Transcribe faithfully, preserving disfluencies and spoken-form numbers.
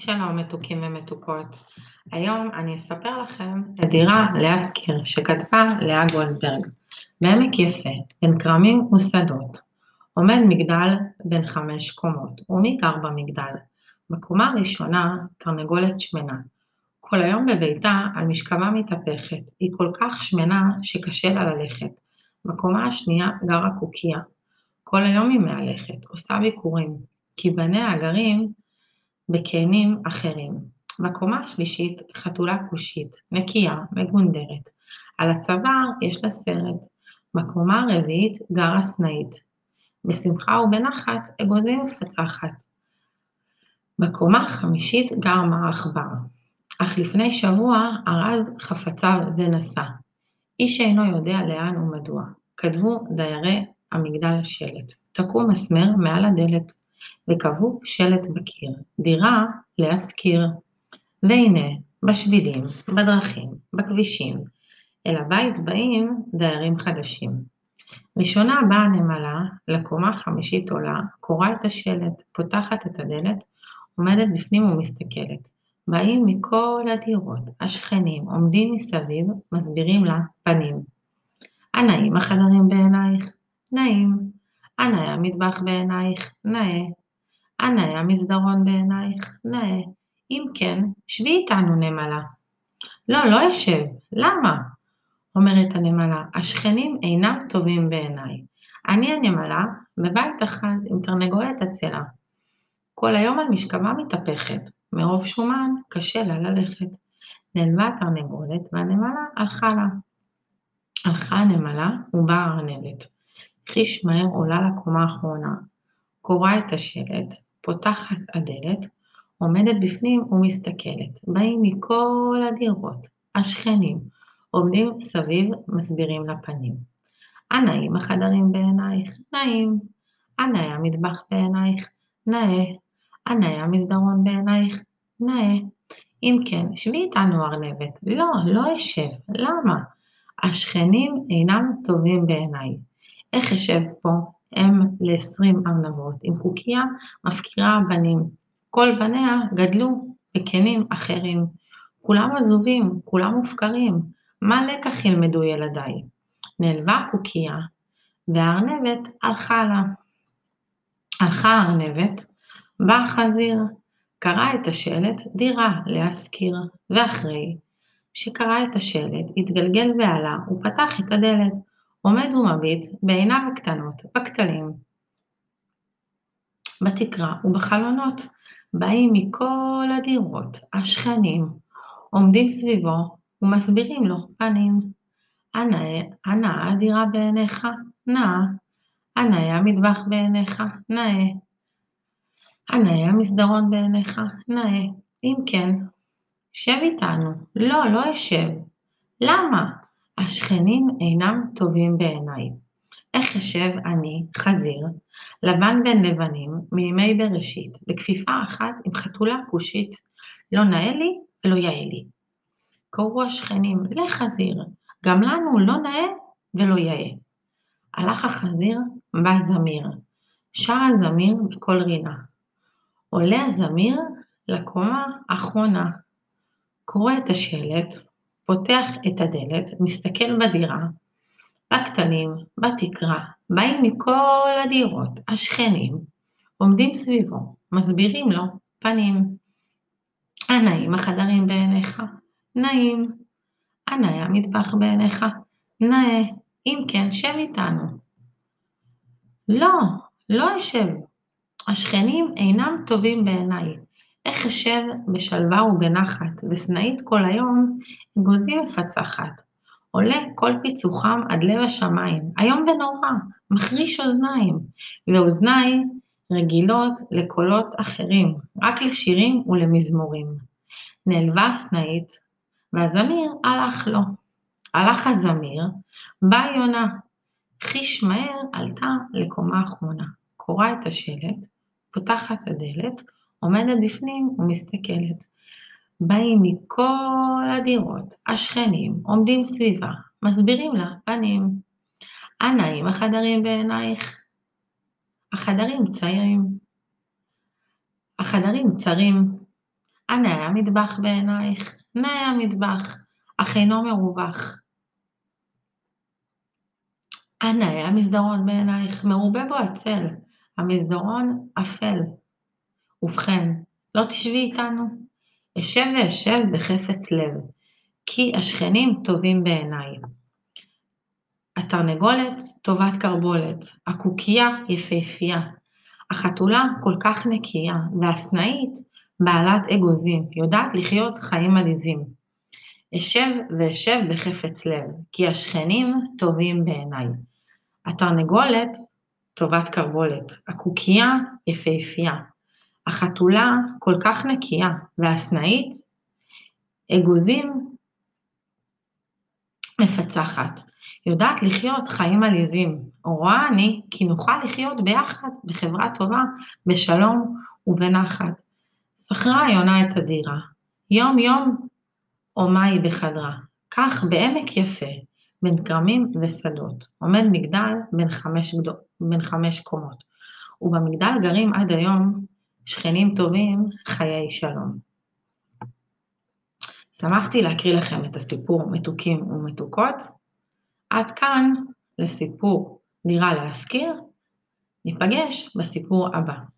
שלום מתוקים ומתוקות, היום אני אספר לכם את דירה להשכיר שכתבה לאה גולדברג. בעמק יפה, בין כרמים ושדות, עומד מגדל בין חמש קומות, ומי גר במגדל? בקומה הראשונה תרנגולת שמנה, כל היום בביתה על משכבה מתהפכת, היא כל כך שמנה שקשה לה ללכת. בקומה השנייה גרה קוקיה, כל היום היא מהלכת, עושה ביקורים, כי בניה הגרים בקנים אחרים. בקומה השלישית חתולה כושית, נקייה, מגונדרת. על הצוואר יש לה סרט. בקומה הרביעית גרה סנאית. בשמחה ובנחת אגוזים מפצחת. בקומה החמישית גר מר עכבר. אך לפני שבוע ארז חפציו ונסע. איש אינו יודע לאן ומדוע. כתבו דיירי המגדל שלט. תקעו מסמר מעל הדלת. וקבעו שלט בקיר, דירה להשכיר. והנה, בשבילים, בדרכים, בכבישים, אל הבית באים דיירים חדשים. ראשונה באה הנמלה, לקומה החמישית עולה, קוראה את השלט, פותחת את הדלת, עומדת בפנים ומסתכלת. באים מכל הדירות, השכנים, עומדים מסביב, מסבירים לה פנים. הנאים החדרים בעינייך? נאים. הנאה המטבח בעינייך? נאה. הנאה המסדרון בעינייך? נאה. אם כן, שבי איתנו נמלה. לא, לא אשב. למה? אומרת הנמלה, השכנים אינם טובים בעיניי. אני הנמלה בבית אחד עם תרנגולת עצלה. כל היום על משכבה מתהפכת, מרוב שומן קשה לה ללכת. נעלבה התרנגולת והנמלה הלכה לה. הלכה הנמלה ובאה הארנבת. חיש מהר עולה לקומה האחרונה, קוראה את השלט, פותחת הדלת, עומדת בפנים ומסתכלת. באים מכל הדירות, השכנים, עומדים סביב, מסבירים לפנים. הנאים החדרים בעינייך? נאים. הנאה המטבח בעינייך? נאה. הנאה המסדרון בעינייך? נאה. אם כן, שבי איתנו ארנבת. לא, לא אשב. למה? השכנים אינם טובים בעיניי. איך אשב פה? אם לעשרים ארנבות, עם קוקיה מפקירה בנים. כל בניה גדלו בקנים אחרים. כולם עזובים, כולם מופקרים. מה לקח ילמדו ילדיי? נעלבה קוקיה, והארנבת הלכה לה. הלכה הארנבת, בא החזיר, קרא את השלט דירה להשכיר, ואחרי שקרא את השלט, התגלגל ועלה, ופתח את הדלת. עומד ומביט בעיניו הקטנות, בכתלים, בתקרה ובחלונות, באים מכל הדירות, השכנים, עומדים סביבו ומסבירים לו פנים. הנאה הדירה בעיניך? נאה. הנאה המטבח בעיניך? נאה. הנאה המסדרון בעיניך? נאה. אם כן, שב איתנו. לא, לא אשב. למה? השכנים אינם טובים בעיניי. איך אשב אני, חזיר, לבן בין לבנים, מימי בראשית, בכפיפה אחת עם חתולה כושית, לא נאה לי ולא יאה לי. קראו השכנים, לחזיר, גם לנו לא נאה ולא יאה. הלך החזיר, בא זמיר, שר הזמיר בקול רינה. עולה הזמיר לקומה האחרונה, קורא את השלט, פותח את הדלת, מסתכל בדירה, בכתלים, בתקרה, באים מכל הדירות, השכנים, עומדים סביבו, מסבירים לו פנים. הנאים החדרים בעיניך? נאים. הנאה המטבח בעיניך? נאה. אם כן, שב איתנו. לא, לא אשב. השכנים אינם טובים בעיניי. איך אשב בשלווה ובנחת, וסנאית כל היום אגוזים מפצחת. עולה כל פיצוחם עד לב השמיים, היום ונורא, מחריש אוזניים, ואוזניי רגילות לקולות אחרים, רק לשירים ולמזמורים. נעלבה הסנאית, והזמיר הלך לו. הלך הזמיר, באה יונה, חיש מהר עלתה לקומה האחרונה, קוראה את השלט, פותחת הדלת, עומדת בפנים ומסתכלת. באים מכל הדירות, השכנים, עומדים סביבה, מסבירים לה פנים. הנאים החדרים בעינייך? החדרים צרים. החדרים צרים. אנה היה מטבח בעינייך? נאה המטבח, אך אינו מרווח. אנה היה מסדרון בעינייך? מרובה בו הצל, המסדרון אפל. ובכן, לא תשבי איתנו? אשב ואשב בחפץ לב, כי השכנים טובים בעיניי. התרנגולת טובת קרבולת, הקוקייה יפהפייה, החתולה כל כך נקייה, והסנאית בעלת אגוזים, יודעת לחיות חיים עליזים. אשב ואשב בחפץ לב, כי השכנים טובים בעיניי. התרנגולת טובת קרבולת, הקוקייה יפהפייה, החתולה כל כך נקייה, והסנאית אגוזים מפצחת, יודעת לחיות חיים עליזים. רואה אני כי נוכל לחיות ביחד בחברה טובה, בשלום ובנחת. שכרה היונה את הדירה, יום יום עומה היא בחדרה. כך בעמק יפה, בין כרמים ושדות, עומד מגדל בין חמש, גדול, בין חמש קומות, ובמגדל גרים עד היום שכנים טובים, חיי שלום. שמחתי להקריא לכם את הסיפור מתוקים ומתוקות. עד כאן לסיפור דירה להשכיר. ניפגש בסיפור הבא.